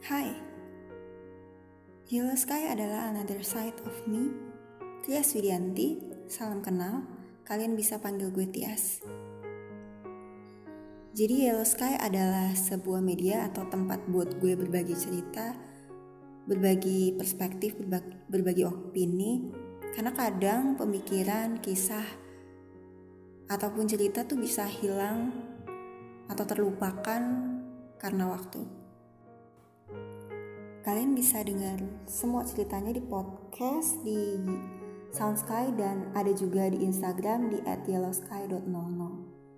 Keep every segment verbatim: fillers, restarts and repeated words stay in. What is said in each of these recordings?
Hai, Yellow Sky adalah another side of me. Tias Widianti, salam kenal, kalian bisa panggil gue Tias. Jadi Yellow Sky adalah sebuah media atau tempat buat gue berbagi cerita, berbagi perspektif, berbagi, berbagi opini. Karena kadang pemikiran, kisah, ataupun cerita tuh bisa hilang atau terlupakan karena waktu. Kalian bisa dengar semua ceritanya di podcast, di Soundsky, dan ada juga di Instagram di at yellowsky dot nol nol.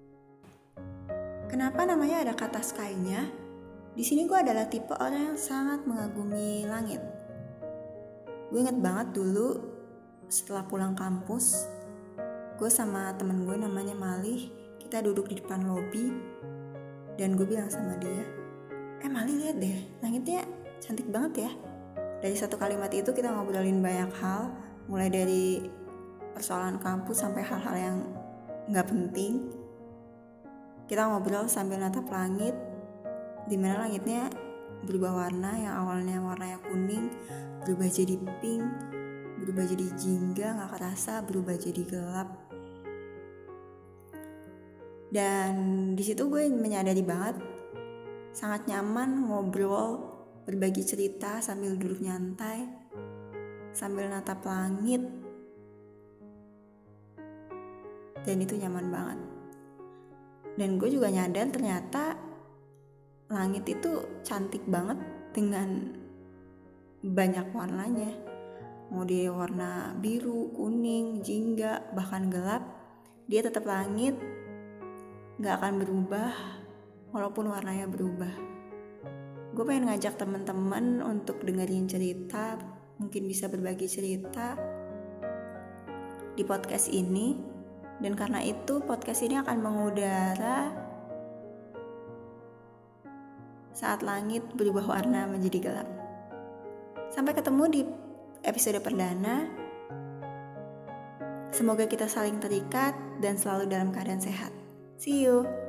Kenapa namanya ada kata sky-nya? Di sini gue adalah tipe orang yang sangat mengagumi langit. Gue inget banget dulu setelah pulang kampus, gue sama temen gue namanya Malih, kita duduk di depan lobi, dan gue bilang sama dia, eh Malih lihat deh, langitnya cantik banget ya. Dari satu kalimat itu kita ngobrolin banyak hal, mulai dari persoalan kampus sampai hal-hal yang gak penting. Kita ngobrol sambil natap langit, dimana langitnya berubah warna, yang awalnya warnanya kuning berubah jadi pink, berubah jadi jingga, gak kerasa berubah jadi gelap. Dan disitu gue menyadari banget, sangat nyaman ngobrol, berbagi cerita sambil duduk nyantai, sambil natap langit, dan itu nyaman banget. Dan gue juga nyadar ternyata langit itu cantik banget dengan banyak warnanya. Mau dia warna biru, kuning, jingga, bahkan gelap, dia tetap langit, gak akan berubah walaupun warnanya berubah. Gue pengen ngajak teman-teman untuk dengerin cerita, mungkin bisa berbagi cerita di podcast ini. Dan karena itu podcast ini akan mengudara saat langit berubah warna menjadi gelap. Sampai ketemu di episode perdana. Semoga kita saling terikat dan selalu dalam keadaan sehat. See you.